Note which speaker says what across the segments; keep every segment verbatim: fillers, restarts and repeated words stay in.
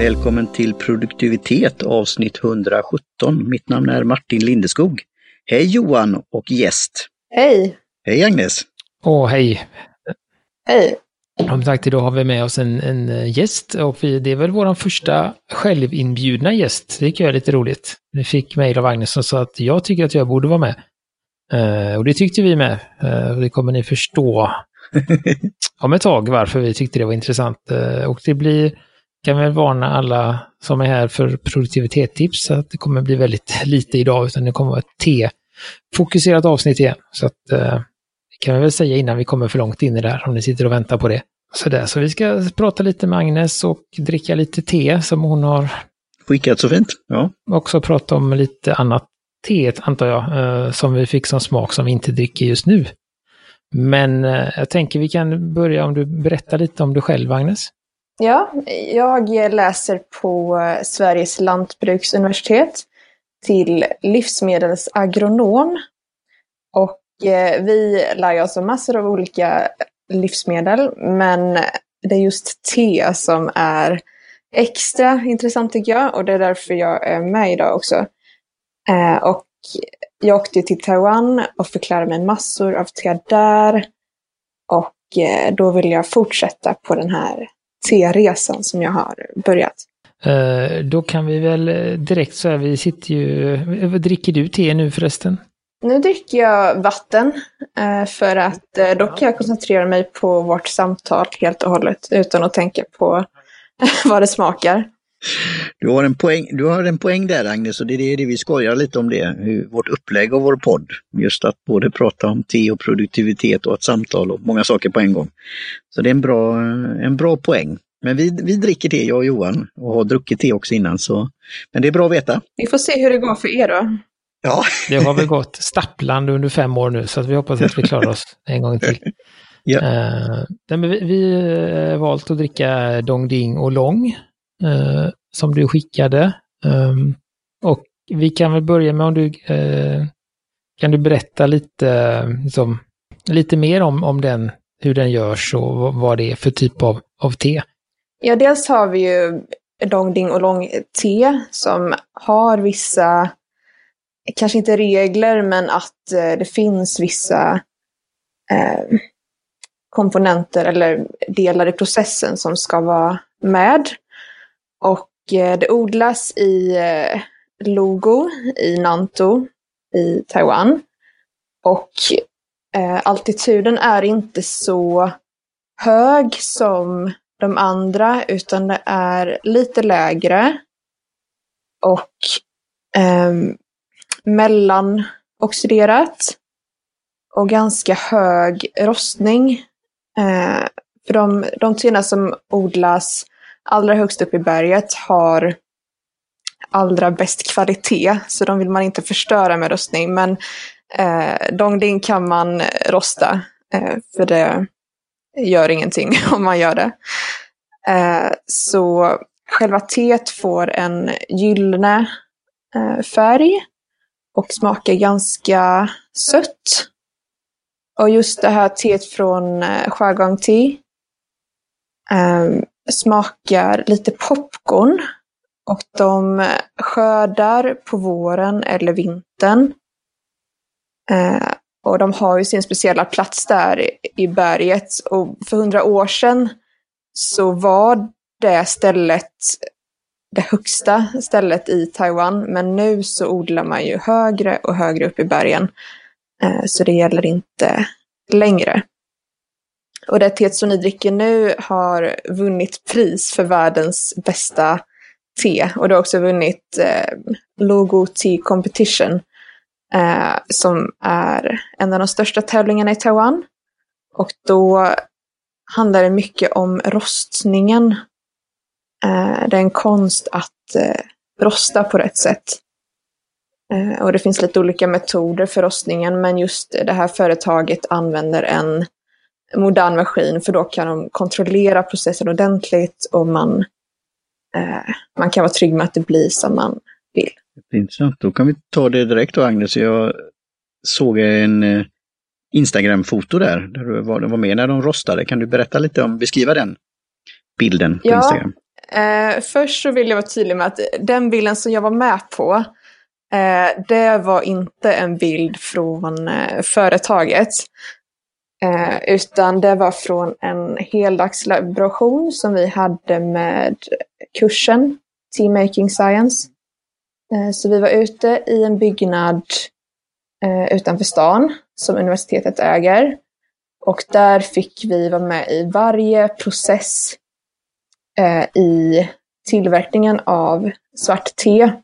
Speaker 1: Välkommen till produktivitet avsnitt hundrasjutton. Mitt namn är Martin Lindeskog. Hej Johan och gäst.
Speaker 2: Hej.
Speaker 1: Hej Agnes.
Speaker 3: Åh, hej.
Speaker 2: Hej.
Speaker 3: Som sagt, idag har vi med oss en, en gäst och vi, det är väl vår första självinbjudna gäst. Det tycker jag är lite roligt. Vi fick mejl av Agnes som sa att jag tycker att jag borde vara med. Uh, och det tyckte vi med. Uh, det kommer ni förstå om ett tag varför vi tyckte det var intressant. Uh, och det blir, kan väl varna alla som är här för produktivitetstips att det kommer bli väldigt lite idag, utan det kommer vara ett T-fokuserat avsnitt igen. Så att uh, det kan vi väl säga innan vi kommer för långt in i det här, om ni sitter och väntar på det. Så, där. Så vi ska prata lite med Agnes och dricka lite te som hon har
Speaker 1: skickat så fint. Ja.
Speaker 3: Också prata om lite annat te, antar jag, uh, som vi fick som smak som vi inte dricker just nu. Men uh, jag tänker vi kan börja om du berättar lite om dig själv, Agnes.
Speaker 2: Ja, jag läser på Sveriges lantbruksuniversitet till livsmedelsagronom. Och eh, vi lär oss om massor av olika livsmedel, men det är just te som är extra intressant tycker jag, och det är därför jag är med idag också. Eh, och jag åkte till Taiwan och fick lära mig massor av te där, och eh, då vill jag fortsätta på den här te-resan som jag har börjat.
Speaker 3: Uh, då kan vi väl direkt så här, vi sitter ju, vad dricker du te nu förresten?
Speaker 2: Nu dricker jag vatten eh, för att eh, då kan jag koncentrera mig på vårt samtal helt och hållet utan att tänka på vad det smakar.
Speaker 1: Du har en poäng, du har en poäng där Agnes, och det är det vi skojar lite om det, hur, vårt upplägg av vår podd. Just att både prata om te och produktivitet och ett samtal och många saker på en gång. Så det är en bra, en bra poäng. Men vi, vi dricker te, jag och Johan, och har druckit te också innan. Så, men det är bra att veta.
Speaker 2: Vi får se hur det går för er då.
Speaker 1: Ja.
Speaker 3: Det har väl gått stapplande under fem år nu, så att vi hoppas att vi klarar oss en gång till. Ja. Uh, men vi, vi har valt att dricka Dongding och Long uh, som du skickade. Um, och vi kan väl börja med om du uh, kan du berätta lite, liksom, lite mer om, om den, hur den görs och vad det är för typ av, av te.
Speaker 2: Ja, dels har vi ju Dongding och Long te som har vissa, kanske inte regler, men att eh, det finns vissa eh, komponenter eller delar i processen som ska vara med. Och eh, det odlas i eh, Logo i Nantou i Taiwan. Och eh, altituden är inte så hög som de andra, utan det är lite lägre. Och eh, mellanoxiderat och ganska hög rostning. Eh, för de, de teerna som odlas allra högst upp i berget har allra bäst kvalitet, så de vill man inte förstöra med rostning. Men eh, Dongding kan man rosta, eh, för det gör ingenting om man gör det. Eh, så själva teet får en gyllene eh, färg och smakar ganska sött. Och just det här teet från eh, Huaguang Tea eh, smakar lite popcorn. Och de skördar på våren eller vintern. Eh, och de har ju sin speciella plats där i, i berget. Och för hundra år sedan så var det stället det högsta stället i Taiwan. Men nu så odlar man ju högre och högre upp i bergen. Eh, så det gäller inte längre. Och det teet som ni dricker nu har vunnit pris för världens bästa te. Och det har också vunnit eh, Logo Tea Competition. Eh, som är en av de största tävlingarna i Taiwan. Och då handlar det mycket om rostningen. Eh, det är en konst att eh, rosta på rätt sätt. Eh, och det finns lite olika metoder för rostningen. Men just det här företaget använder en modern maskin. För då kan de kontrollera processen ordentligt. Och man, eh, man kan vara trygg med att det blir som man vill.
Speaker 1: Intressant. Då kan vi ta det direkt då, Agnes. Jag såg en eh, Instagram-foto där. Där du var, var med när de rostade. Kan du berätta lite om, beskriva den bilden på
Speaker 2: ja,
Speaker 1: Instagram?
Speaker 2: Eh, först så vill jag vara tydlig med att den bilden som jag var med på, eh, det var inte en bild från eh, företaget. Eh, utan det var från en heldagslaboration som vi hade med kursen Tea Making Science. Eh, så vi var ute i en byggnad eh, utanför stan som universitetet äger. Och där fick vi vara med i varje process eh, i tillverkningen av svart te.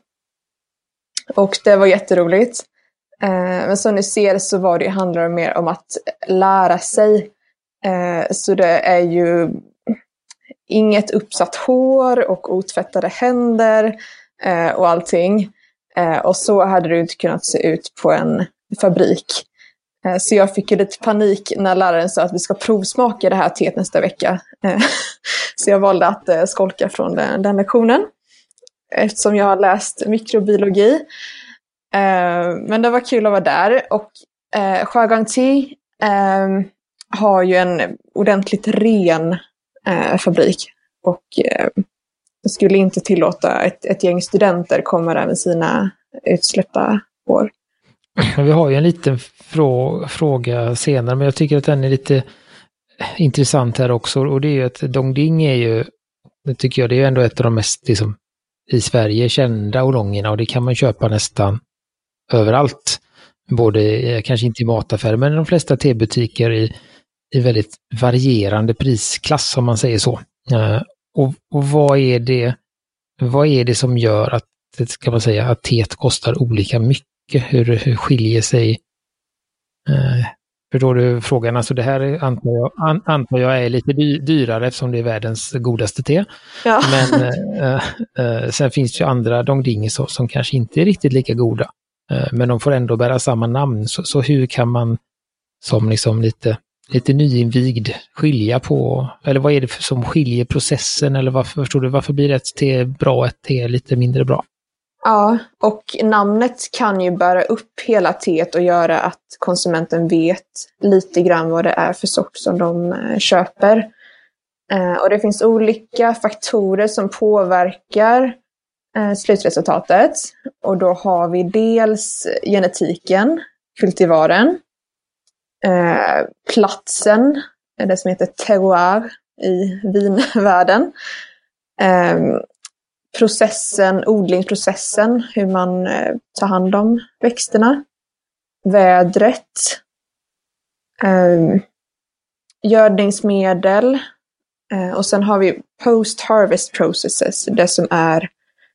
Speaker 2: Och det var jätteroligt. Eh, men som ni ser så var det, handlar det mer om att lära sig. Eh, så det är ju inget uppsatt hår och otvättade händer eh, och allting. Eh, och så hade det inte kunnat se ut på en fabrik. Eh, så jag fick ju lite panik när läraren sa att vi ska provsmaka det här teet nästa vecka. Eh, så jag valde att eh, skolka från den, den lektionen. Eftersom jag har läst mikrobiologi. Eh, men det var kul att vara där. Och eh, Sjögang Tea eh, har ju en ordentligt ren eh, fabrik. Och eh, skulle inte tillåta ett, ett gäng studenter komma där med sina utsläppta hår.
Speaker 3: Vi har ju en liten frå- fråga senare, men jag tycker att den är lite intressant här också. Och det är ju att Dongding är ju, det tycker jag, det är ju ändå ett av de mest liksom, i Sverige kända oolongerna, och det kan man köpa nästan överallt. Både, kanske inte i mataffärer, men i de flesta tebutiker i, i väldigt varierande prisklass, om man säger så. Uh, och, och vad är det vad är det som gör att, ska man säga, att teet kostar olika mycket? Hur, hur skiljer sig uh, förstår du frågan? Alltså det här antar jag, an, antar jag är lite dy, dyrare eftersom det är världens godaste te.
Speaker 2: Ja.
Speaker 3: Men uh, uh, sen finns det ju andra Dongding som, som kanske inte är riktigt lika goda. Uh, men de får ändå bära samma namn. Så, så hur kan man som liksom lite, lite nyinvigd skilja på, eller vad är det för, som skiljer processen, eller varför, förstår du, varför blir ett te bra, ett te lite mindre bra?
Speaker 2: Ja, och namnet kan ju bära upp hela teet och göra att konsumenten vet lite grann vad det är för sort som de köper. Eh, och det finns olika faktorer som påverkar eh, slutresultatet. Och då har vi dels genetiken, kultivaren, eh, platsen, det som heter terroir i vinvärlden. Eh, processen, odlingsprocessen, hur man eh, tar hand om växterna, vädret, eh, gödningsmedel, eh, och sen har vi post-harvest processes, det som är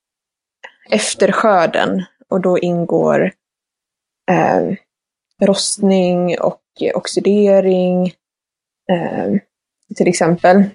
Speaker 2: efter skörden, och då ingår eh, rostning och oxidering eh, till exempel.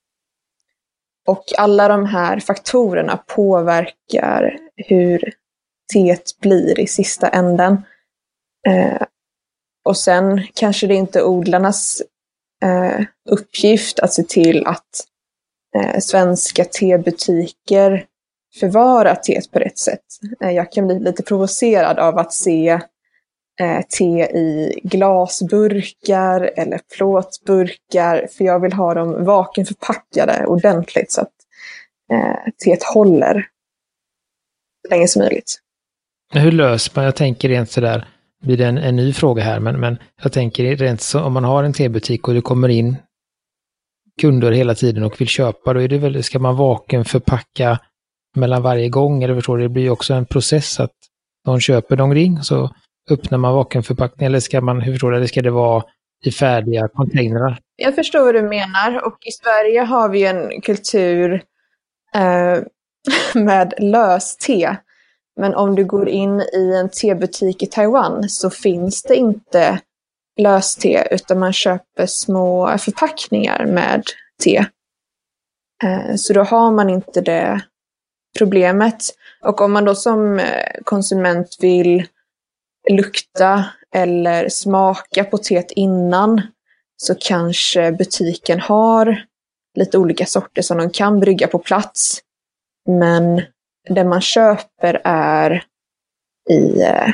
Speaker 2: Och alla de här faktorerna påverkar hur teet blir i sista änden. Eh, och sen kanske det inte är odlarnas eh, uppgift att se till att eh, svenska tebutiker förvarar teet på rätt sätt. Eh, jag kan bli lite provocerad av att se eh, te i glasburkar eller plåtburkar, för jag vill ha dem vakuumförpackade ordentligt så att eh, teet håller så länge som möjligt.
Speaker 3: Hur löser man, jag tänker rent sådär, blir det en, en ny fråga här, men, men jag tänker rent så, om man har en tebutik och det kommer in kunder hela tiden och vill köpa, då är det väl, ska man vakuumförpacka mellan varje gång, eller förstår du, det blir ju också en process att någon köper Dongding, så öppnar man vakuumförpackning, eller ska man, hur förstår du, eller ska det vara i färdiga containrar?
Speaker 2: Jag förstår vad du menar, och i Sverige har vi en kultur eh, med löste. Men om du går in i en tebutik i Taiwan så finns det inte löste, utan man köper små förpackningar med te. Eh, så då har man inte det problemet. Och om man då som konsument vill lukta eller smaka på teet innan, så kanske butiken har lite olika sorter som de kan brygga på plats. Men det man köper är i eh,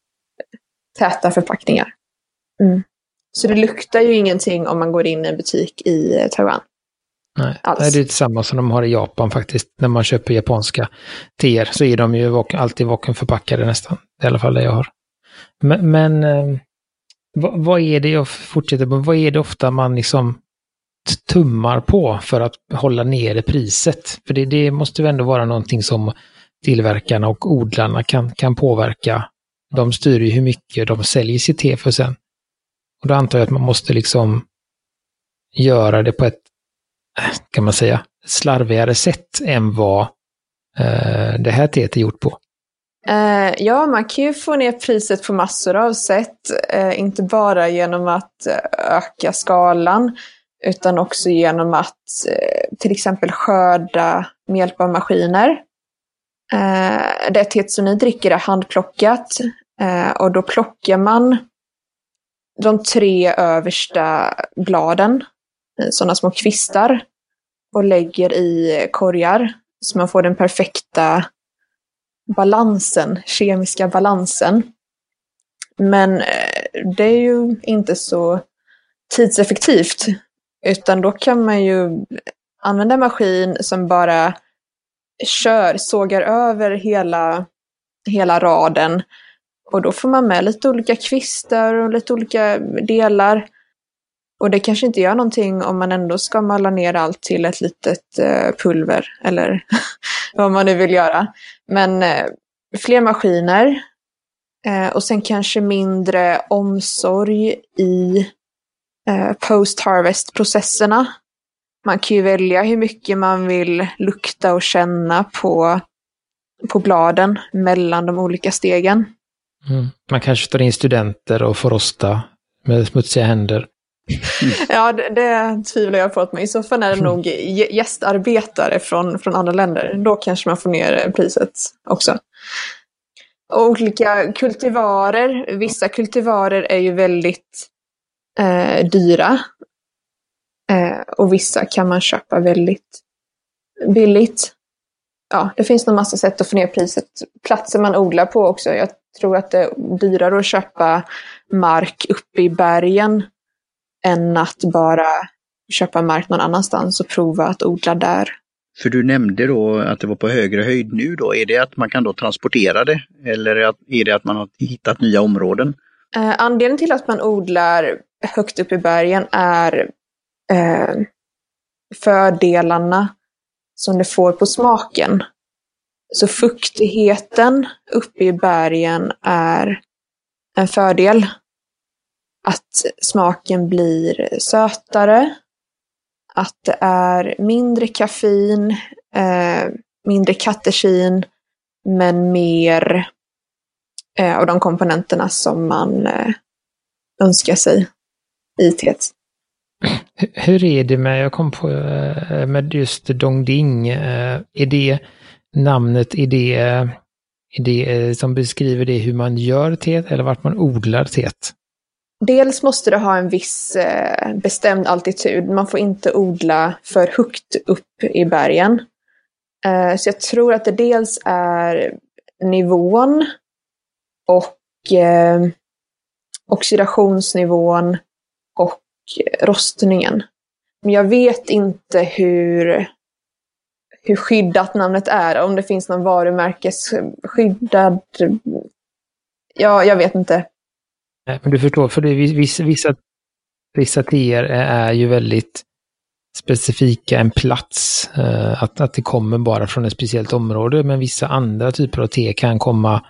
Speaker 2: täta förpackningar. Mm. Så det luktar ju ingenting om man går in i en butik i eh, Taiwan.
Speaker 3: Nej,
Speaker 2: alls.
Speaker 3: det är det samma som de har i Japan faktiskt. När man köper japanska teer så är de ju vaken, alltid vakuumförpackade nästan. I alla fall det jag har. Men, men eh, vad, vad är det, jag fortsätter på, vad är det ofta man liksom tummar på för att hålla nere priset? För det, det måste ju ändå vara någonting som tillverkarna och odlarna kan, kan påverka. De styr ju hur mycket de säljer sitt te för sen. Och då antar jag att man måste liksom göra det på ett, kan man säga, slarvigare sätt än vad eh, det här teet är gjort på.
Speaker 2: Eh, ja, man kan ju få ner priset på massor av sätt. Eh, inte bara genom att öka skalan, utan också genom att eh, till exempel skörda med hjälp av maskiner. Eh, det teet som ni dricker är handplockat. Eh, och då plockar man de tre översta bladen, sådana små kvistar, och lägger i korgar så man får den perfekta balansen, kemiska balansen. Men det är ju inte så tidseffektivt, utan då kan man ju använda en maskin som bara kör, sågar över hela, hela raden, och då får man med lite olika kvistar och lite olika delar. Och det kanske inte gör någonting om man ändå ska mala ner allt till ett litet eh, pulver eller vad man nu vill göra. Men eh, fler maskiner eh, och sen kanske mindre omsorg i eh, post-harvest-processerna. Man kan ju välja hur mycket man vill lukta och känna på, på bladen mellan de olika stegen.
Speaker 3: Mm. Man kanske tar in studenter och får rosta med smutsiga händer.
Speaker 2: Mm. Ja, det, det tvivlar jag på att man i så fall är det nog gästarbetare från, från andra länder. Då kanske man får ner priset också. Och olika kultivarer. Vissa kultivarer är ju väldigt eh, dyra. Eh, och vissa kan man köpa väldigt billigt. Ja, det finns nog massa sätt att få ner priset. Platser man odlar på också. Jag tror att det är dyrare att köpa mark uppe i bergen än att bara köpa mark någon annanstans och prova att odla där.
Speaker 1: För du nämnde då att det var på högre höjd nu då. Är det att man kan då transportera det? Eller är det att man har hittat nya områden?
Speaker 2: Eh, anledningen till att man odlar högt upp i bergen är eh, fördelarna som det får på smaken. Så fuktigheten uppe i bergen är en fördel. Att smaken blir sötare, att det är mindre kaffein, eh, mindre katekin, men mer eh, av de komponenterna som man eh, önskar sig i teet.
Speaker 3: Hur är det med, jag kom på med just Dongding, är det namnet, är det, är det som beskriver det hur man gör teet eller vart man odlar teet?
Speaker 2: Dels måste det ha en viss eh, bestämd altitud. Man får inte odla för högt upp i bergen. Eh, så jag tror att det dels är nivån och eh, oxidationsnivån och rostningen. Men jag vet inte hur, hur skyddat namnet är. Om det finns någon varumärkesskyddad... Ja, jag vet inte.
Speaker 3: Men du förstår, för det, vissa, vissa, vissa teer är ju väldigt specifika, en plats, att, att det kommer bara från ett speciellt område, men vissa andra typer av te kan komma,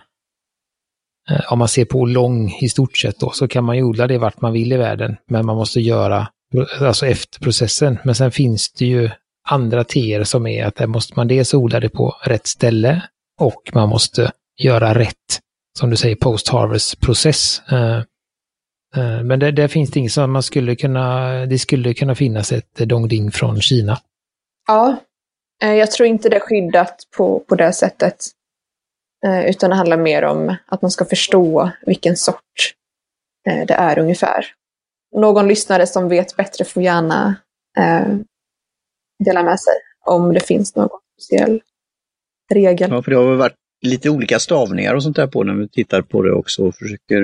Speaker 3: om man ser på lång i stort sett då, så kan man ju odla det vart man vill i världen, men man måste göra, alltså efter processen. Men sen finns det ju andra teer som är att där måste man dels odla det på rätt ställe och man måste göra rätt, som du säger, post-harvest-process. Uh, uh, men där, där finns det inget som man skulle kunna, det skulle kunna finnas ett Dongding från Kina.
Speaker 2: Ja, uh, jag tror inte det är skyddat på, på det sättet. Uh, utan det handlar mer om att man ska förstå vilken sort uh, det är ungefär. Någon lyssnare som vet bättre får gärna uh, dela med sig om det finns någon speciell regel.
Speaker 1: Ja, för det har varit lite olika stavningar och sånt där på när vi tittar på det också och försöker,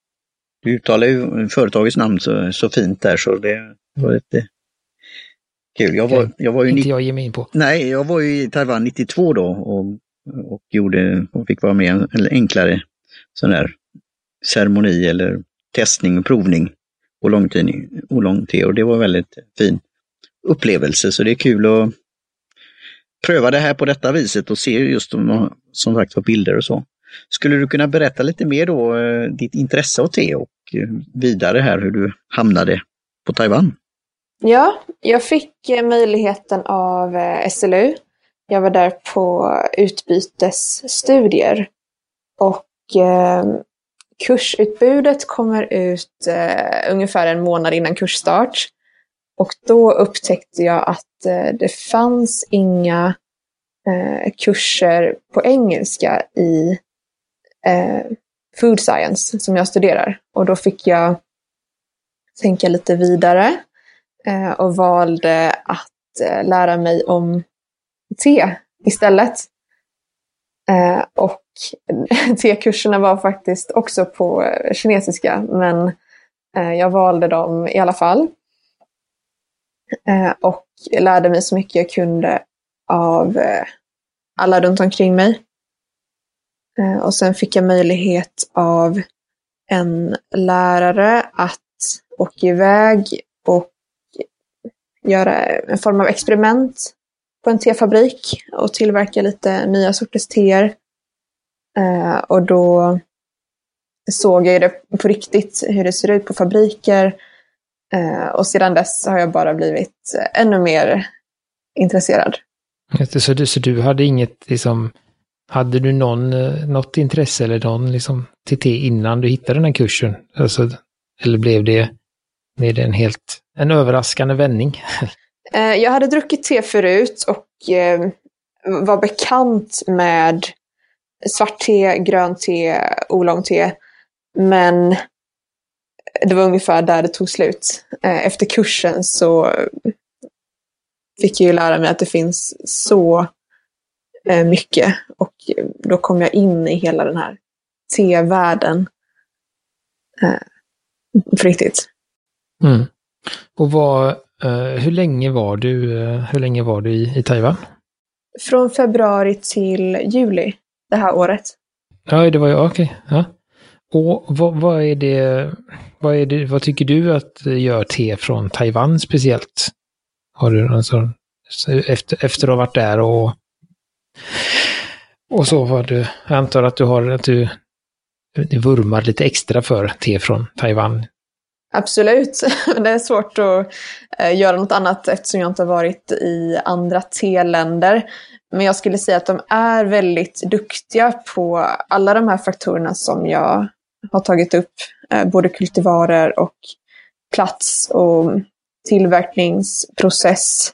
Speaker 1: du uttalar ju företagets namn så, så fint där, så det var lite, kul. Jag var, jag var ju
Speaker 3: inte jag ger mig in på.
Speaker 1: Nej, jag var ju i Taiwan nittiotvå då och, och gjorde och fick vara med i en enklare sån där ceremoni eller testning och provning och lång-te, och det var väldigt fin upplevelse, så det är kul att pröva det här på detta viset och se just om, som sagt, på bilder och så. Skulle du kunna berätta lite mer då ditt intresse av te och vidare här hur du hamnade på Taiwan?
Speaker 2: Ja, jag fick möjligheten av S L U. Jag var där på utbytesstudier och eh, kursutbudet kommer ut eh, ungefär en månad innan kursstart. Och då upptäckte jag att eh, det fanns inga eh, kurser på engelska i eh, food science som jag studerar. Och då fick jag tänka lite vidare eh, och valde att eh, lära mig om te istället. Eh, och tekurserna var faktiskt också på kinesiska, men eh, jag valde dem i alla fall. Eh, och lärde mig så mycket jag kunde av eh, alla runt omkring mig. Eh, och sen fick jag möjlighet av en lärare att åka iväg och göra en form av experiment på en tefabrik och tillverka lite nya sorters teer. Eh, och då såg jag det på riktigt hur det ser ut på fabriker. Eh, och sedan dess har jag bara blivit ännu mer intresserad.
Speaker 3: Så du, så du hade inget, liksom, hade du någon, något intresse eller någon liksom, till te innan du hittade den här kursen? Alltså, eller blev det, blev det en helt, en överraskande vändning?
Speaker 2: Eh, jag hade druckit te förut och eh, var bekant med svart te, grönt te, oolong te. Men det var ungefär där det tog slut. Efter kursen så fick jag ju lära mig att det finns så mycket. Och då kom jag in i hela den här te-världen. På riktigt.
Speaker 3: Mm. Och vad, hur länge var du, hur länge var du i, i Taiwan?
Speaker 2: Från februari till juli det här året.
Speaker 3: Ja, det var ju okej. Okay. Ja. Och vad, vad är det, vad är det, vad tycker du att gör te från Taiwan speciellt? Har du någon sån, efter, efter att ha varit där och, och så var du, jag antar att du har, att du, du vurmar lite extra för te från Taiwan.
Speaker 2: Absolut. Det är svårt att göra något annat eftersom jag inte har varit i andra teländer. Men jag skulle säga att de är väldigt duktiga på alla de här faktorerna som jag har tagit upp. Både kultivarer och plats och tillverkningsprocess.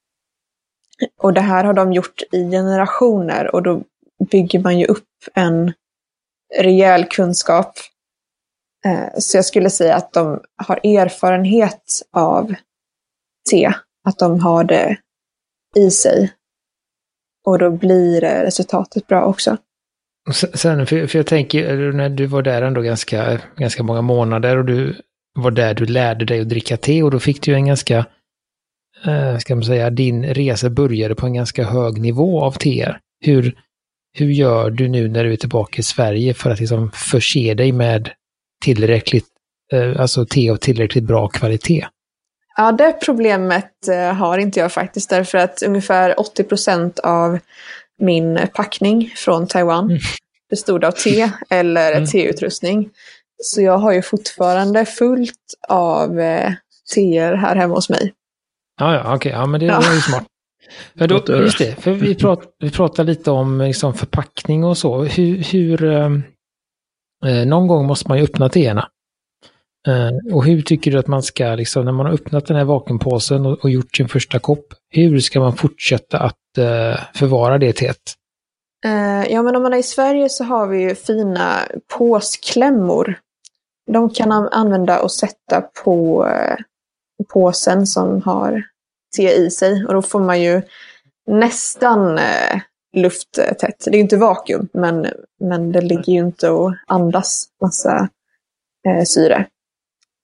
Speaker 2: Och det här har de gjort i generationer och då bygger man ju upp en rejäl kunskap. Så jag skulle säga att de har erfarenhet av te. Att de har det i sig. Och då blir resultatet bra också.
Speaker 3: Sen, för, för jag tänker, när du var där ändå ganska, ganska många månader och du var där du lärde dig att dricka te och då fick du en ganska, eh, ska man säga, din resa började på en ganska hög nivå av teer. Hur, hur gör du nu när du är tillbaka i Sverige för att liksom förse dig med tillräckligt, eh, alltså te av tillräckligt bra kvalitet?
Speaker 2: Ja, det problemet eh, har inte jag faktiskt, därför att ungefär åttio procent av min packning från Taiwan mm. bestod av te eller mm. teutrustning. Så jag har ju fortfarande fullt av eh, teer här hemma hos mig.
Speaker 3: Ja, ja, okej. Okay. Ja, men det
Speaker 2: ja.
Speaker 3: var ju smart. Ja, då, just det, för vi, prat, vi pratar lite om liksom, förpackning och så. Hur, hur eh, någon gång måste man ju öppna teerna. Uh, och hur tycker du att man ska, liksom, när man har öppnat den här vakuumpåsen och, och gjort sin första kopp, hur ska man fortsätta att uh, förvara det teet?
Speaker 2: Uh, ja, men om man är i Sverige så har vi ju fina påsklämmor. De kan man använda och sätta på uh, påsen som har te i sig. Och då får man ju nästan uh, lufttätt. Det är ju inte vakuum, men, men det ligger ju inte och andas massa uh, syre.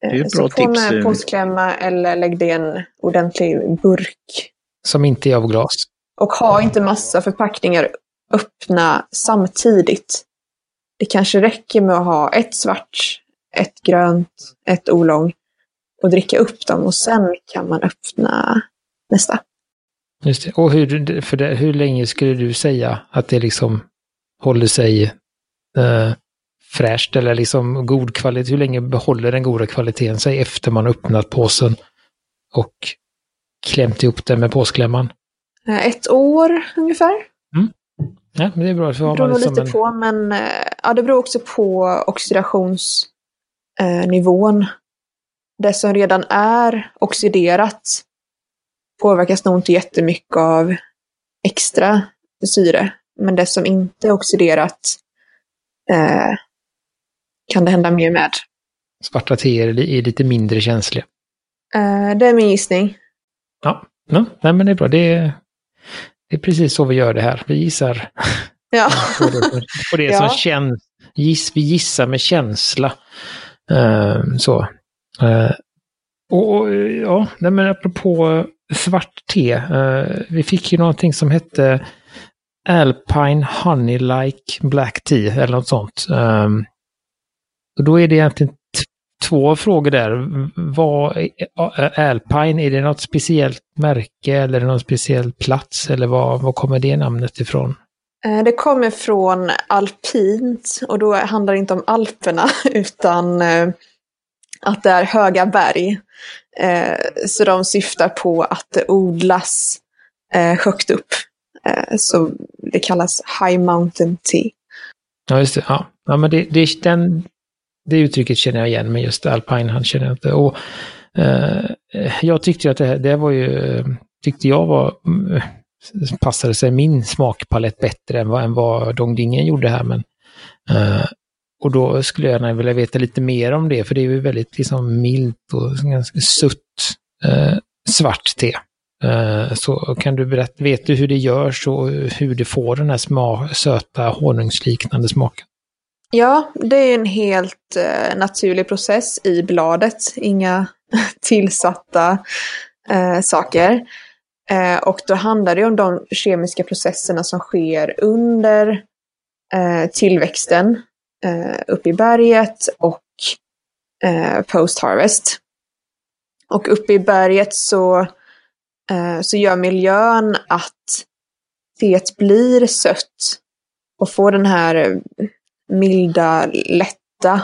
Speaker 1: Det är ju ett
Speaker 2: Så
Speaker 1: bra
Speaker 2: på
Speaker 1: tips.
Speaker 2: med påsklämma eller lägg det i en ordentlig burk.
Speaker 3: Som inte är av glas.
Speaker 2: Och ha inte massa förpackningar öppna samtidigt. Det kanske räcker med att ha ett svart, ett grönt, ett olång och dricka upp dem och sen kan man öppna nästa.
Speaker 3: Just det. Och hur, för det, hur länge skulle du säga att det liksom håller sig eh, fräscht eller liksom god kvalitet? Hur länge behåller den goda kvaliteten sig efter man öppnat påsen och klämt ihop den med påsklämman?
Speaker 2: Ett år ungefär.
Speaker 3: Mm. Ja, men det är bra. För
Speaker 2: Det beror nog
Speaker 3: liksom
Speaker 2: lite
Speaker 3: en...
Speaker 2: på, men ja, det beror också på oxidationsnivån. Eh, det som redan är oxiderat påverkas nog inte jättemycket av extra syre. Men det som inte är oxiderat eh, kan det hända mer med.
Speaker 3: Svarta teer är lite mindre känsliga.
Speaker 2: Eh, det är min gissning.
Speaker 3: Ja, ja nej, men det är bra. Det är, det är precis så vi gör det här. Vi gissar
Speaker 2: Ja.
Speaker 3: på det, på det
Speaker 2: Ja.
Speaker 3: som känns. Giss, vi gissar med känsla. Uh, så. Uh, och, och ja, nej, men apropå svart te. Uh, vi fick ju någonting som hette Alpine Honey Like Black Tea eller något sånt. Um, och då är det egentligen t- två frågor där. Vad är Alpine? Är det något speciellt märke eller är det någon speciell plats? Eller vad, vad kommer det namnet ifrån?
Speaker 2: Det kommer från alpint och då handlar det inte om Alperna utan att det är höga berg. Så de syftar på att det odlas högt upp. Så det kallas High Mountain Tea.
Speaker 3: Ja, just det. Ja, ja men det, det, den, det uttrycket känner jag igen, men just Alpine han känner jag inte. Och, eh, jag tyckte att det, det var ju, tyckte jag var... passade sig min smakpalett bättre än vad, än vad Dongdingen gjorde här. Men, uh, och då skulle jag gärna vilja veta lite mer om det, för det är ju väldigt liksom milt och ganska sutt uh, svart te. Uh, så kan du berätta, vet du hur det görs och hur det får den här sma- söta honungsliknande smaken?
Speaker 2: Ja, det är en helt uh, naturlig process i bladet. Inga tillsatta uh, saker. Eh, och då handlar det om de kemiska processerna som sker under eh, tillväxten eh, uppe i berget och eh, post-harvest. Och uppe i berget så, eh, så gör miljön att teet blir sött och får den här milda, lätta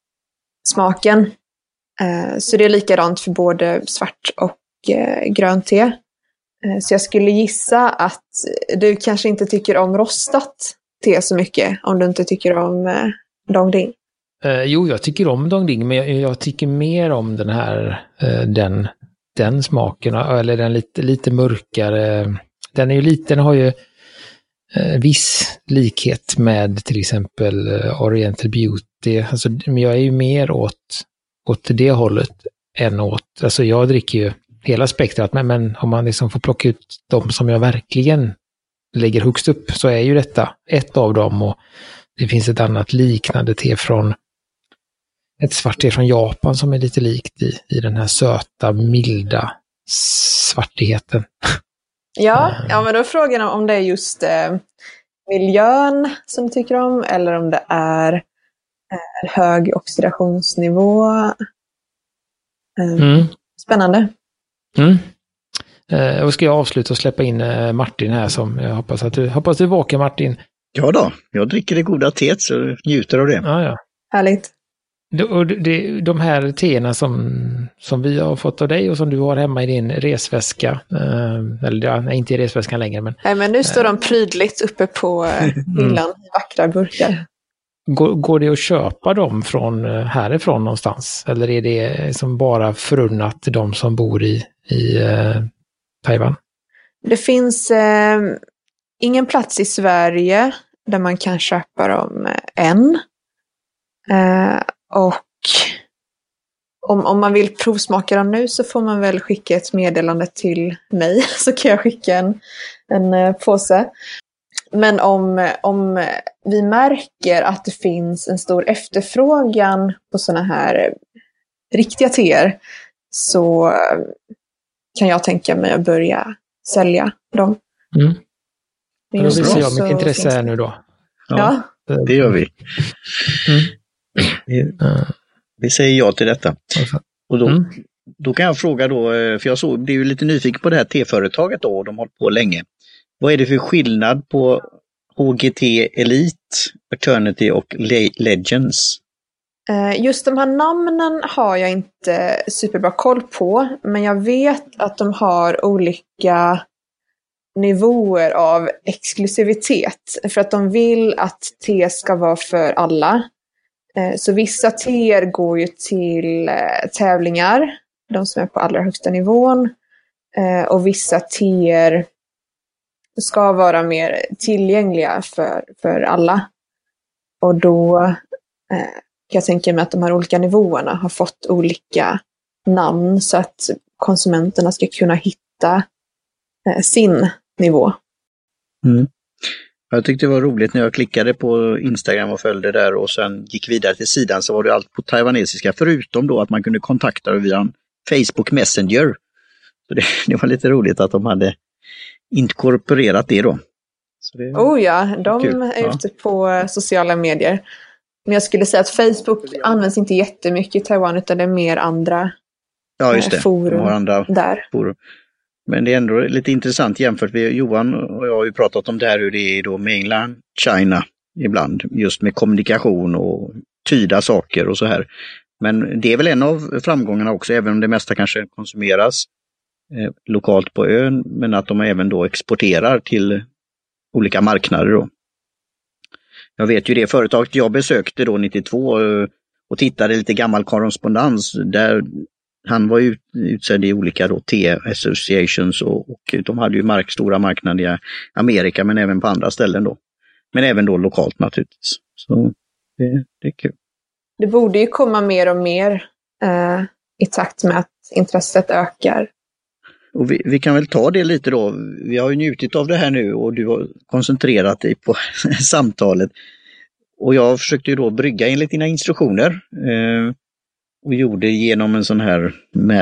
Speaker 2: smaken. Eh, så det är likadant för både svart och eh, grönt te. Så jag skulle gissa att du kanske inte tycker om rostat te så mycket om du inte tycker om eh, Dongding.
Speaker 3: Eh, jo, jag tycker om Dongding, men jag, jag tycker mer om den här eh, den, den smaken, eller den lite, lite mörkare. Den är ju lite, den har ju eh, viss likhet med till exempel eh, Oriental Beauty. Alltså, men jag är ju mer åt, åt det hållet än åt, alltså jag dricker ju hela spektrat, men, men om man liksom får plocka ut de som jag verkligen lägger högst upp så är ju detta ett av dem, och det finns ett annat liknande te från ett svart te från Japan som är lite likt i, i den här söta, milda svartigheten.
Speaker 2: Ja, ja, men då är frågan om det är just eh, miljön som du tycker om eller om det är eh, hög oxidationsnivå. Eh,
Speaker 3: Mm.
Speaker 2: Spännande.
Speaker 3: Mm. Eh, och ska jag avsluta och släppa in eh, Martin här, som jag hoppas att du, hoppas du är vaken, Martin.
Speaker 1: Ja då, jag dricker det goda teet så njuter av det.
Speaker 3: Ja, ja.
Speaker 2: Härligt.
Speaker 3: De, och de, de här teerna som, som vi har fått av dig och som du har hemma i din resväska, eh, eller ja, nej, inte i resväskan längre, men...
Speaker 2: Nej, men nu står de prydligt uppe på eh, hyllan i vackra burkar.
Speaker 3: Går, går det att köpa dem från härifrån någonstans? Eller är det som bara förunnat de som bor i, i eh, Taiwan?
Speaker 2: Det finns eh, ingen plats i Sverige där man kan köpa dem eh, än. Eh, och om, om man vill provsmaka dem nu så får man väl skicka ett meddelande till mig, så kan jag skicka en, en eh, påse. Men om, om vi märker att det finns en stor efterfrågan på såna här riktiga teer så kan jag tänka mig att börja sälja dem.
Speaker 3: Mm.
Speaker 2: Men
Speaker 3: då
Speaker 2: just
Speaker 3: visar
Speaker 2: nu
Speaker 3: jag mitt
Speaker 2: så
Speaker 3: intresse
Speaker 2: finns
Speaker 3: här
Speaker 2: det-
Speaker 3: nu då.
Speaker 1: Ja,
Speaker 2: Ja,
Speaker 1: det gör vi.
Speaker 3: Mm.
Speaker 1: Vi,
Speaker 3: Mm.
Speaker 1: vi säger ja till detta. Och då,
Speaker 3: Mm.
Speaker 1: då kan jag fråga då, eh, för jag såg, blev ju lite nyfiken på det här teföretaget då, och de har hållit på länge. Vad är det för skillnad på H G T Elite, Eternity och Le- Legends?
Speaker 2: Eh, Just de här namnen har jag inte superbra koll på, men jag vet att de har olika nivåer av exklusivitet för att de vill att te ska vara för alla. Eh, Så vissa teer går ju till eh, tävlingar, de som är på allra högsta nivån, eh, och vissa teer ska vara mer tillgängliga för, för alla. Och då eh, kan jag tänka mig att de här olika nivåerna har fått olika namn så att konsumenterna ska kunna hitta eh, sin nivå.
Speaker 1: Mm. Jag tyckte det var roligt när jag klickade på Instagram och följde där och sen gick vidare till sidan, så var det allt på taiwanesiska, förutom då att man kunde kontakta dem via Facebook Messenger. Så det, det var lite roligt att de hade inkorporerat det då. Så det,
Speaker 2: Oh ja, de
Speaker 1: Kul,
Speaker 2: är
Speaker 1: ja.
Speaker 2: ute på sociala medier. Men jag skulle säga att Facebook används inte jättemycket i Taiwan, utan det är mer andra
Speaker 1: ja, just det.
Speaker 2: eh, forum
Speaker 1: De har andra
Speaker 2: där.
Speaker 1: forum. Men det är ändå lite intressant jämfört med Johan och jag har ju pratat om det här hur det är då mainland China ibland, just med kommunikation och tyda saker och så här. Men det är väl en av framgångarna också, även om det mesta kanske konsumeras eh, lokalt på ön, men att de även då exporterar till olika marknader då. Jag vet ju det företaget jag besökte då nittiotvå eh, och tittade lite gammal korrespondens där han var ut, utsedd i olika då T-associations och, och de hade ju mark, stora marknader i Amerika men även på andra ställen då. Men även då lokalt naturligtvis. Så det, det är kul.
Speaker 2: Det borde ju komma mer och mer eh, i takt med att intresset ökar.
Speaker 1: Och vi, vi kan väl ta det lite då. Vi har ju njutit av det här nu och du har koncentrerat dig på samtalet. Och jag försökte ju då brygga enligt dina instruktioner. Eh, och gjorde genom en sån här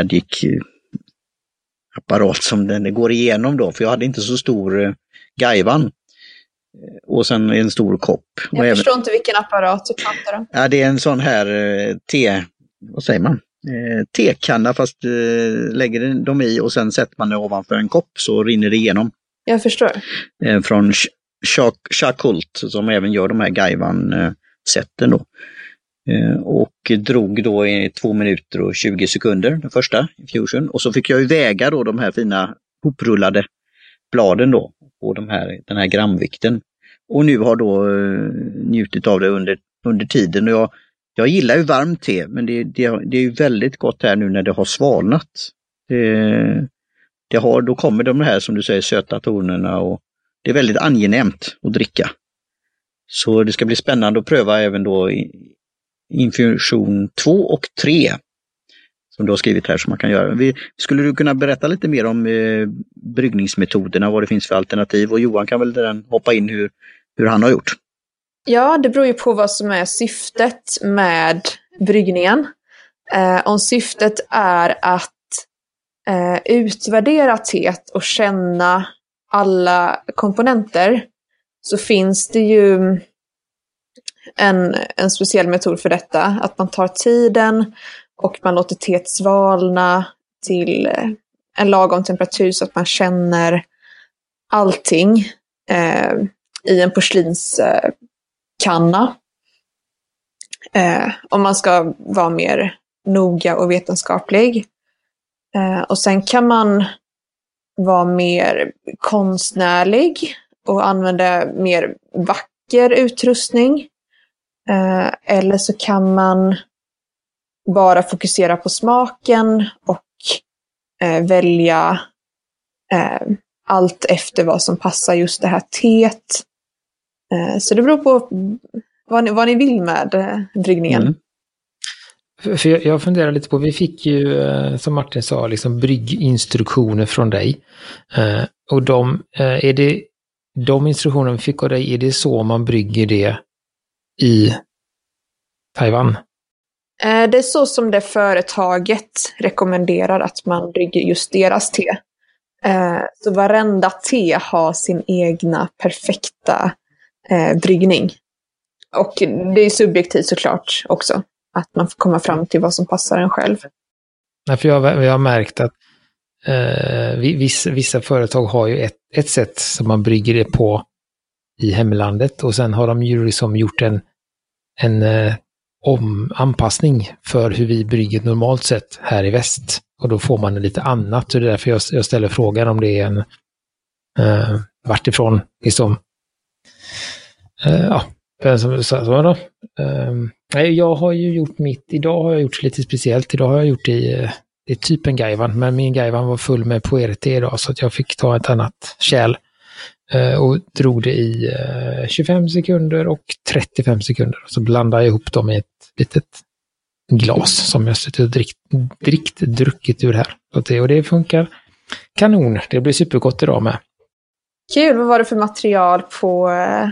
Speaker 1: Magic-apparat som den går igenom då. För jag hade inte så stor eh, gaivan. Och sen en stor kopp.
Speaker 2: Jag
Speaker 1: och
Speaker 2: förstår
Speaker 1: även,
Speaker 2: inte vilken apparat du pratar om.
Speaker 1: ja, det är en sån här eh, te... Vad säger man? Eh, tekanna fast eh, lägger dem i och sen sätter man det ovanför en kopp så rinner det igenom.
Speaker 2: Jag förstår.
Speaker 1: Eh, från Shakult som även gör de här Gaivan-sätten då. Eh, och drog då i två minuter och tjugo sekunder den första infusion. Och så fick jag ju väga då de här fina hoprullade bladen då på de här, den här gramvikten. Och nu har då eh, njutit av det under, under tiden. Och jag, jag gillar ju varmt te, men det, det, det är ju väldigt gott här nu när det har svalnat. Det, det har, då kommer de här som du säger söta tonerna och det är väldigt angenämt att dricka. Så det ska bli spännande att pröva även då infusion två och tre som du har skrivit här som man kan göra. Vi, skulle du kunna berätta lite mer om eh, bryggningsmetoderna, vad det finns för alternativ och Johan kan väl den hoppa in hur, hur han har gjort.
Speaker 2: Ja, det beror ju på vad som är syftet med bryggningen. Eh, om syftet är att eh, utvärdera teet och känna alla komponenter så finns det ju en, en speciell metod för detta. Att man tar tiden och man låter teet svalna till en lagom temperatur så att man känner allting eh, i en porslinskanna. Eh, om man ska vara mer noga och vetenskaplig. Eh, och sen kan man vara mer konstnärlig och använda mer vacker utrustning. Eh, eller så kan man bara fokusera på smaken och eh, välja eh, allt efter vad som passar just det här teet. Eh, så det beror på vad ni, vad ni vill med eh, bryggningen.
Speaker 3: Mm. För, för jag, jag funderar lite på, vi fick ju eh, som Martin sa liksom brygginstruktioner från dig. Eh, och de, eh, är det de instruktioner vi fick av dig, är det så man brygger det i Taiwan?
Speaker 2: Eh, det är så som det företaget rekommenderar att man brygger just deras te. Eh, så varenda te har sin egna perfekta eh, bryggning. Och det är subjektivt såklart också. Att man får komma fram till vad som passar en själv.
Speaker 3: Nej, för jag, jag har märkt att eh, vissa, vissa företag har ju ett, ett sätt som man brygger det på i hemlandet. Och sen har de ju liksom gjort en, en eh, om, anpassning för hur vi brygger normalt sett här i väst. Och då får man lite annat. Så det är därför jag, jag ställer frågan om det är en eh, vart ifrån liksom eh, ja. Så, så då. Um, jag har ju gjort mitt, idag har jag gjort lite speciellt, idag har jag gjort i, det är typ en gaivan, men min gaivan var full med puerte idag så att jag fick ta ett annat kärl uh, och drog det i uh, tjugofem sekunder och trettiofem sekunder och så blandade jag ihop dem i ett litet glas som jag suttit och drick, drick, druckit ur här. Och det, och det funkar kanon, det blir supergott idag med.
Speaker 2: Kul, vad var det för material på uh...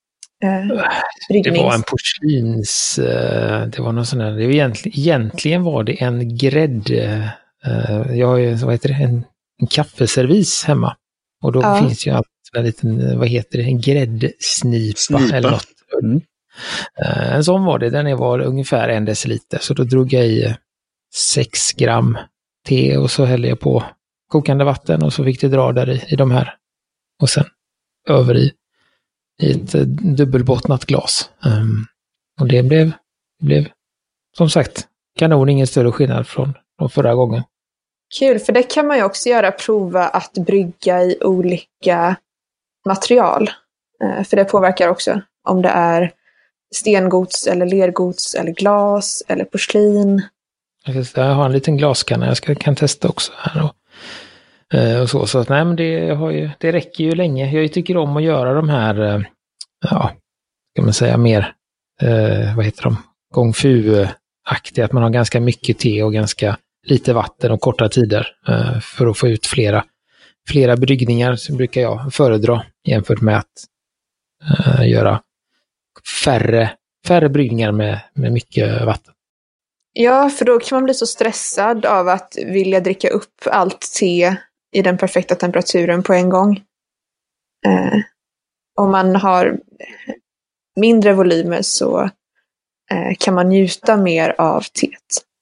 Speaker 3: Det var en porslins, det var någon sån här, det var egentligen, egentligen var det en grädd, jag har ju, vad heter det, en, en kaffeservis hemma. Och då ja. Finns ju alltid en liten, vad heter det, en gräddsnipa Snipa. Eller något. Mm. En sån var det, den var ungefär en deciliter, så då drog jag i sex gram te och så hällde jag på kokande vatten och så fick det dra där i, i de här. Och sen över i i ett dubbelbottnat glas. Um, och det blev, blev som sagt kanon, ingen större skillnad från, från förra gången.
Speaker 2: Kul, för det kan man ju också göra, prova att brygga i olika material. Uh, för det påverkar också om det är stengods eller lergods eller glas eller porslin.
Speaker 3: Jag har en liten glaskanna jag ska, kan testa också här och, uh, och så. Så att, nej, men det, har ju, det räcker ju länge. Jag tycker om att göra de här, uh, ja, kan man säga mer, uh, vad heter de? Gong fu-aktiga, att man har ganska mycket te och ganska lite vatten och korta tider uh, för att få ut flera, flera bryggningar, så brukar jag föredra jämfört med att uh, göra färre, färre bryggningar med, med mycket vatten.
Speaker 2: Ja, för då kan man bli så stressad av att vilja dricka upp allt te i den perfekta temperaturen på en gång. Eh, om man har mindre volymer så eh, kan man njuta mer av teet.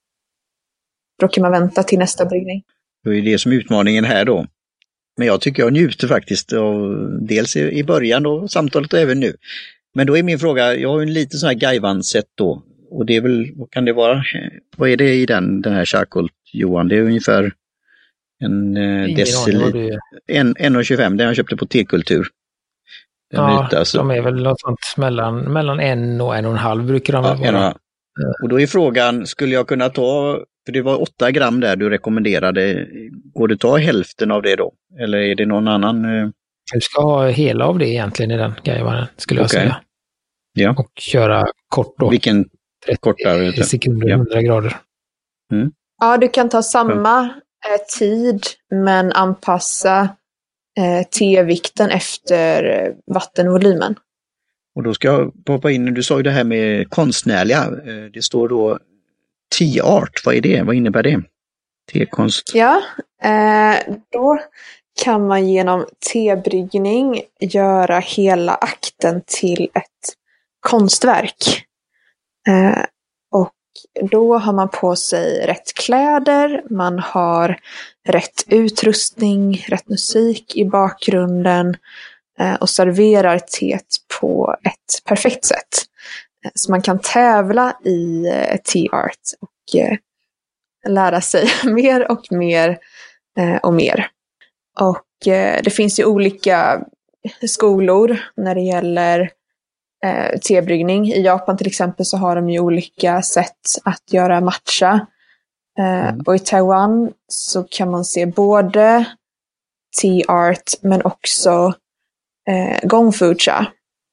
Speaker 2: Då kan man vänta till nästa bryggning.
Speaker 1: Det är det som är utmaningen här då. Men jag tycker jag njuter faktiskt av, dels i början då, samtalet och även nu. Men då är min fråga, jag har ju en liten sån här gaivan-set då. Och det är väl, vad kan det vara? Vad är det i den, den här Charcoal, Johan? Det är ungefär en eh, deciliter. En, en och tjugofem, den jag köpte på T-kultur.
Speaker 3: Ja, yta, så. De är väl något sånt mellan, mellan en och en och en halv brukar de ja, väl vara.
Speaker 1: Och då är frågan, skulle jag kunna ta, för det var åtta gram där du rekommenderade, går det ta hälften av det då? Eller är det någon annan? Eh...
Speaker 3: Du ska ha hela av det egentligen i den gaivanen, skulle
Speaker 1: okay.
Speaker 3: jag säga.
Speaker 1: Ja.
Speaker 3: Och köra kort då.
Speaker 1: Vilken kortare?
Speaker 3: trettio sekunder, ja. hundra grader.
Speaker 2: Mm. Ja, du kan ta samma eh, tid men anpassa eh, tevikten efter eh, vattenvolymen.
Speaker 1: Och då ska jag poppa in, du sa ju det här med konstnärliga, eh, det står då T-art, vad är det? Vad innebär det? Tekonst?
Speaker 2: Ja, eh, då kan man genom tebryggning göra hela akten till ett konstverk. Eh, och då har man på sig rätt kläder, man har rätt utrustning, rätt musik i bakgrunden eh, och serverar teet på ett perfekt sätt. Eh, så man kan tävla i eh, T-art och eh, lära sig mer och mer eh, och mer. Och eh, det finns ju olika skolor när det gäller eh, tebryggning. I Japan till exempel så har de ju olika sätt att göra matcha. Eh, mm. Och i Taiwan så kan man se både T-art men också eh, Gong Fu Cha.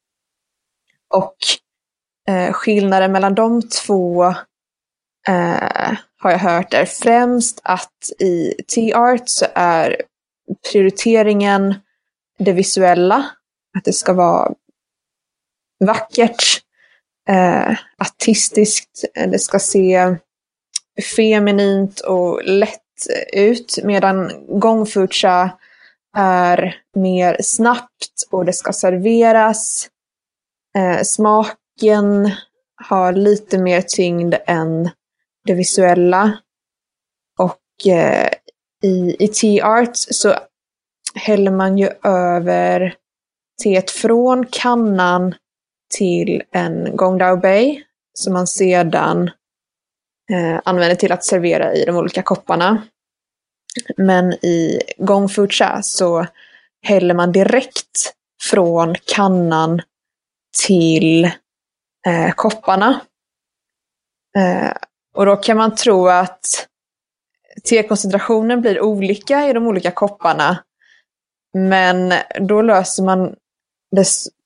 Speaker 2: Och eh, skillnaden mellan de två eh, har jag hört är främst att i T-art så är prioriteringen det visuella, att det ska vara vackert eh, artistiskt. Det ska se feminint och lätt ut, medan gongfucha är mer snabbt och det ska serveras. Eh, smaken har lite mer tyngd än det visuella. Och eh, i, i tea art så häller man ju över teet från kannan till en gong dao bei som man sedan eh, använder till att servera i de olika kopparna. Men i gongfucha så häller man direkt från kannan till eh, kopparna. Eh, och då kan man tro att tekoncentrationen blir olika i de olika kopparna. Men då löser man det,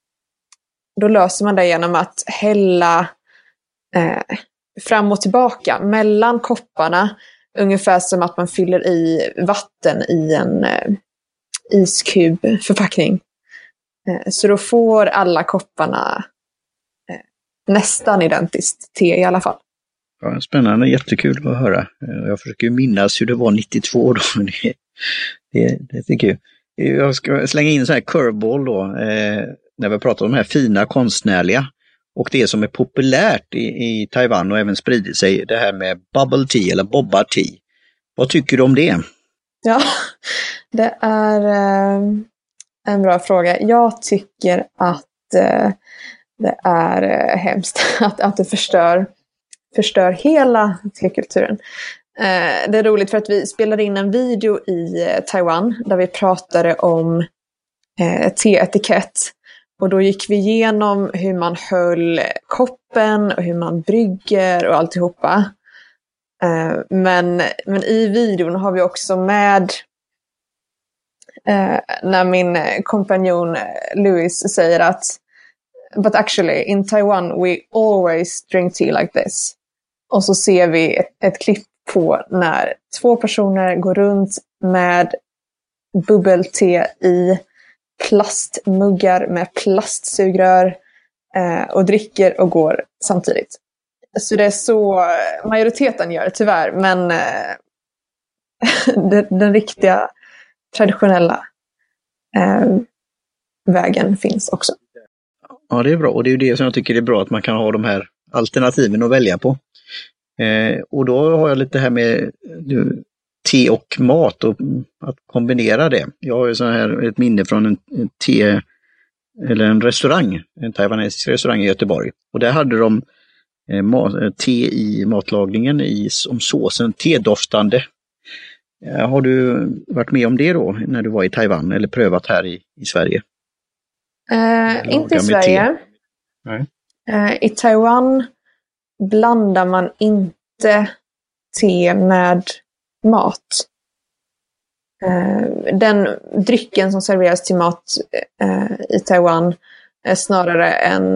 Speaker 2: då löser man det genom att hälla eh, fram och tillbaka mellan kopparna. Ungefär som att man fyller i vatten i en eh, iskubförpackning. Eh, så då får alla kopparna eh, nästan identiskt te i alla fall.
Speaker 1: Ja, spännande, jättekul att höra. Jag försöker minnas hur det var nittiotvå då. Det, det, det är kul. Jag ska slänga in en sån här curveball då, eh, när vi pratar om de här fina konstnärliga. Och det som är populärt i, i Taiwan och även sprider sig, det här med bubble tea eller boba tea. Vad tycker du om det?
Speaker 2: Ja, det är eh, en bra fråga. Jag tycker att eh, det är eh, hemskt att, att det förstör, förstör hela tekulturen. Eh, det är roligt för att vi spelade in en video i eh, Taiwan där vi pratade om eh, teetikett. Och då gick vi igenom hur man höll koppen och hur man brygger och alltihopa. Uh, men, men i videon har vi också med uh, när min kompanjon Louis säger att but actually in Taiwan we always drink tea like this. Och så ser vi ett, ett klipp på när två personer går runt med bubbelte i plastmuggar med plastsugrör eh, och dricker och går samtidigt. Så det är så majoriteten gör tyvärr, men eh, den, den riktiga traditionella eh, vägen finns också.
Speaker 1: Ja, det är bra, och det är ju det som jag tycker är bra, att man kan ha de här alternativen att välja på. Eh, och då har jag lite här med nu, te och mat och att kombinera det. Jag har ju så här ett minne från en, en te eller en restaurang, en taiwanesisk restaurang i Göteborg. Och där hade de eh, mat, te i matlagningen i, om såsen, tedoftande. Eh, har du varit med om det då när du var i Taiwan eller prövat här i, i Sverige?
Speaker 2: Eh, inte i Sverige.
Speaker 1: Nej.
Speaker 2: Eh, I Taiwan blandar man inte te med mat. Den drycken som serveras till mat i Taiwan är snarare en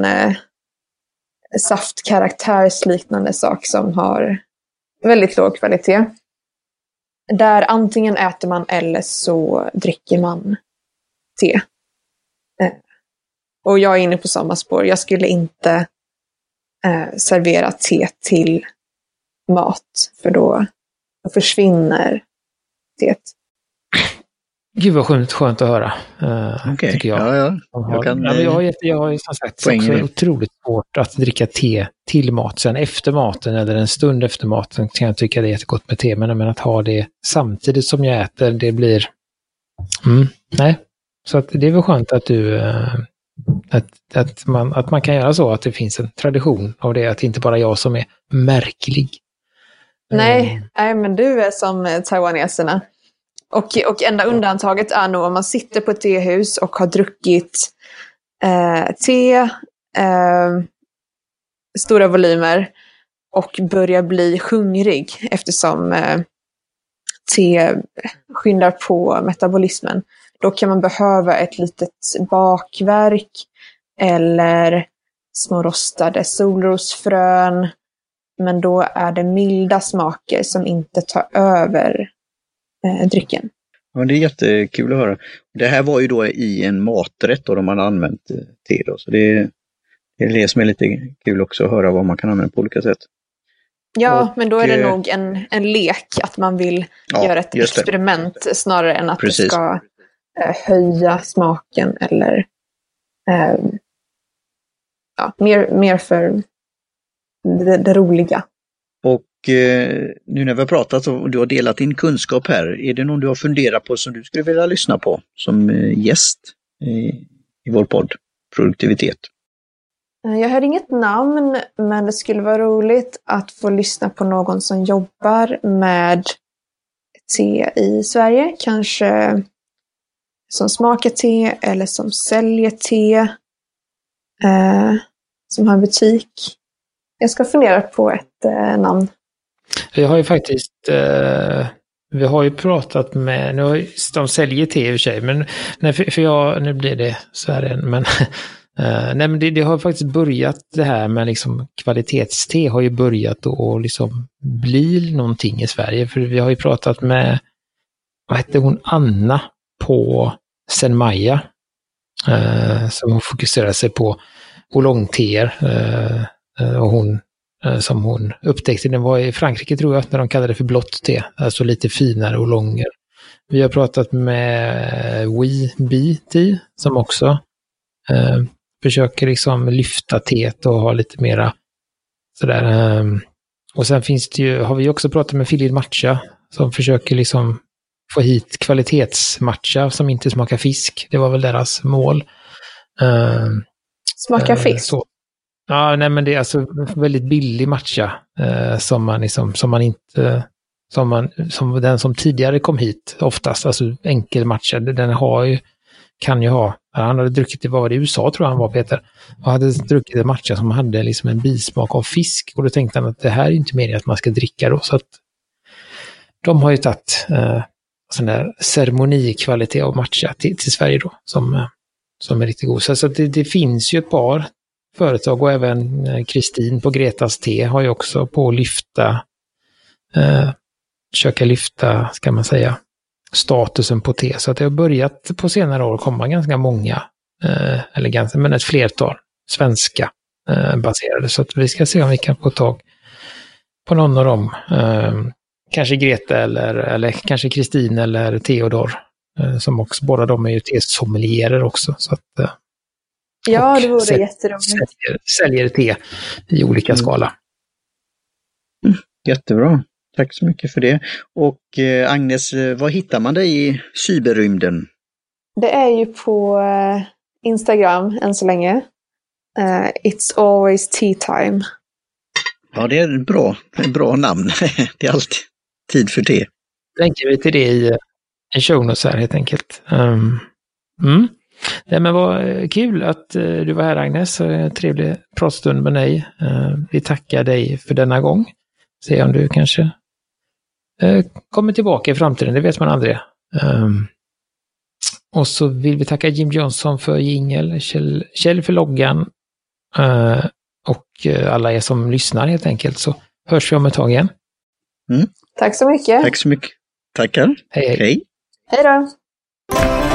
Speaker 2: saftkaraktärsliknande sak som har väldigt låg kvalitet. Där antingen äter man eller så dricker man te. Och jag är inne på samma spår. Jag skulle inte servera te till mat, för då försvinner teet.
Speaker 3: Gud vad skönt, skönt att höra, uh,
Speaker 1: okay.
Speaker 3: tycker jag.
Speaker 1: Ja, ja. Jag, kan,
Speaker 3: ja, jag, har, jag har ju som sagt också otroligt svårt att dricka te till mat. Sen efter maten eller en stund efter maten kan jag tycka det är jättegott med te. Men, men att ha det samtidigt som jag äter, det blir... Mm, nej. Så att det är väl skönt att du... Uh, att, att, man, att man kan göra så, att det finns en tradition av det. Att det inte bara jag som är märklig.
Speaker 2: Nej, mm. nej men du är som taiwaneserna. Och, och enda undantaget är nog om man sitter på ett tehus och har druckit eh, te, eh, stora volymer och börjar bli hungrig eftersom eh, te skyndar på metabolismen. Då kan man behöva ett litet bakverk eller små rostade solrosfrön. Men då är det milda smaker som inte tar över eh, drycken.
Speaker 1: Ja, det är jättekul att höra. Det här var ju då i en maträtt och de hade använt te då. Så det är, Det är det som är lite kul också att höra vad man kan använda på olika sätt.
Speaker 2: Ja,
Speaker 1: och,
Speaker 2: men då är det eh, nog en, en lek att man vill ja, göra ett experiment det. Snarare än att Precis. det ska eh, höja smaken eller eh, ja, mer, mer för det, det roliga.
Speaker 1: Och eh, nu när vi har pratat och du har delat din kunskap här, är det någon du har funderat på som du skulle vilja lyssna på som eh, gäst i, i vår podd Produktivitet?
Speaker 2: Jag har inget namn, men det skulle vara roligt att få lyssna på någon som jobbar med te i Sverige. Kanske som smakar te eller som säljer te. Eh, som har en butik. Jag ska fundera på ett eh, namn.
Speaker 3: Vi har ju faktiskt, eh, vi har ju pratat med, nu har ju, de säljer te i och för sig, men nej, för, för jag, nu blir det Sverige, men Uh, nej men det, det har faktiskt börjat det här med liksom kvalitetste har ju börjat att liksom bli någonting i Sverige. För vi har ju pratat med, vad hette hon, Anna på Senmaja uh, som fokuserar sig på oolongteer uh, uh, och hon uh, som hon upptäckte, den var i Frankrike tror jag, när de kallade det för blått te, alltså lite finare oolonger. Vi har pratat med We Be Tea som också uh, försöker liksom lyfta teet och ha lite mera sådär. Um, och sen finns det ju, har vi också pratat med Filid Matcha som försöker liksom få hit kvalitetsmatcha som inte smakar fisk. Det var väl deras mål. Um,
Speaker 2: Smakar uh, fisk? Så.
Speaker 3: Ja, nej men det är alltså väldigt billig matcha uh, som man liksom, som man inte, som man, som den som tidigare kom hit oftast, alltså enkel matcha, den har ju kan ju ha, han hade druckit, det var i U S A tror jag han var Peter, och hade druckit en matcha som hade liksom en bismak av fisk, och då tänkte han att det här är inte meningen att man ska dricka då, så att de har ju tagit eh, sån där ceremonikvalitet av matcha till, till Sverige då, som, eh, som är riktigt god. Så, så det, det finns ju ett par företag, och även Kristin eh, på Gretas te har ju också på att lyfta eh, försöka lyfta, ska man säga, statusen på te. Så att det har börjat på senare år komma ganska många, eh, eller ganska, men ett flertal svenska eh, baserade. Så att vi ska se om vi kan få tag på någon av dem. Eh, kanske Greta eller, eller kanske Kristin eller Theodor. Eh, som också, båda de är ju te-sommelierer också. Så att, eh,
Speaker 2: ja, det vore säl- jätteroligt.
Speaker 3: Säljer, säljer te i olika mm. skala.
Speaker 1: Mm, jättebra. Tack så mycket för det. Och eh, Agnes, vad hittar man dig i cyberrymden?
Speaker 2: Det är ju på eh, Instagram än så länge. Uh, It's always tea time.
Speaker 1: Ja, det är bra, ett bra namn. Det är alltid tid för te.
Speaker 3: Länkar vi till det i en show notes här helt enkelt. Um, mm. Nej, men vad kul att uh, du var här Agnes. Uh, trevlig pratstund med dig. Uh, vi tackar dig för denna gång. Se om du kanske uh, kommer tillbaka i framtiden, det vet man aldrig. Um, och så vill vi tacka Jim Johnson för jingle, Kjell, Kjell för loggan uh, och uh, alla er som lyssnar helt enkelt. Så hörs vi om ett tag igen.
Speaker 2: Mm. Tack så mycket.
Speaker 1: Tack så mycket. Tackar.
Speaker 3: Hej hej.
Speaker 1: Hej,
Speaker 2: hej då.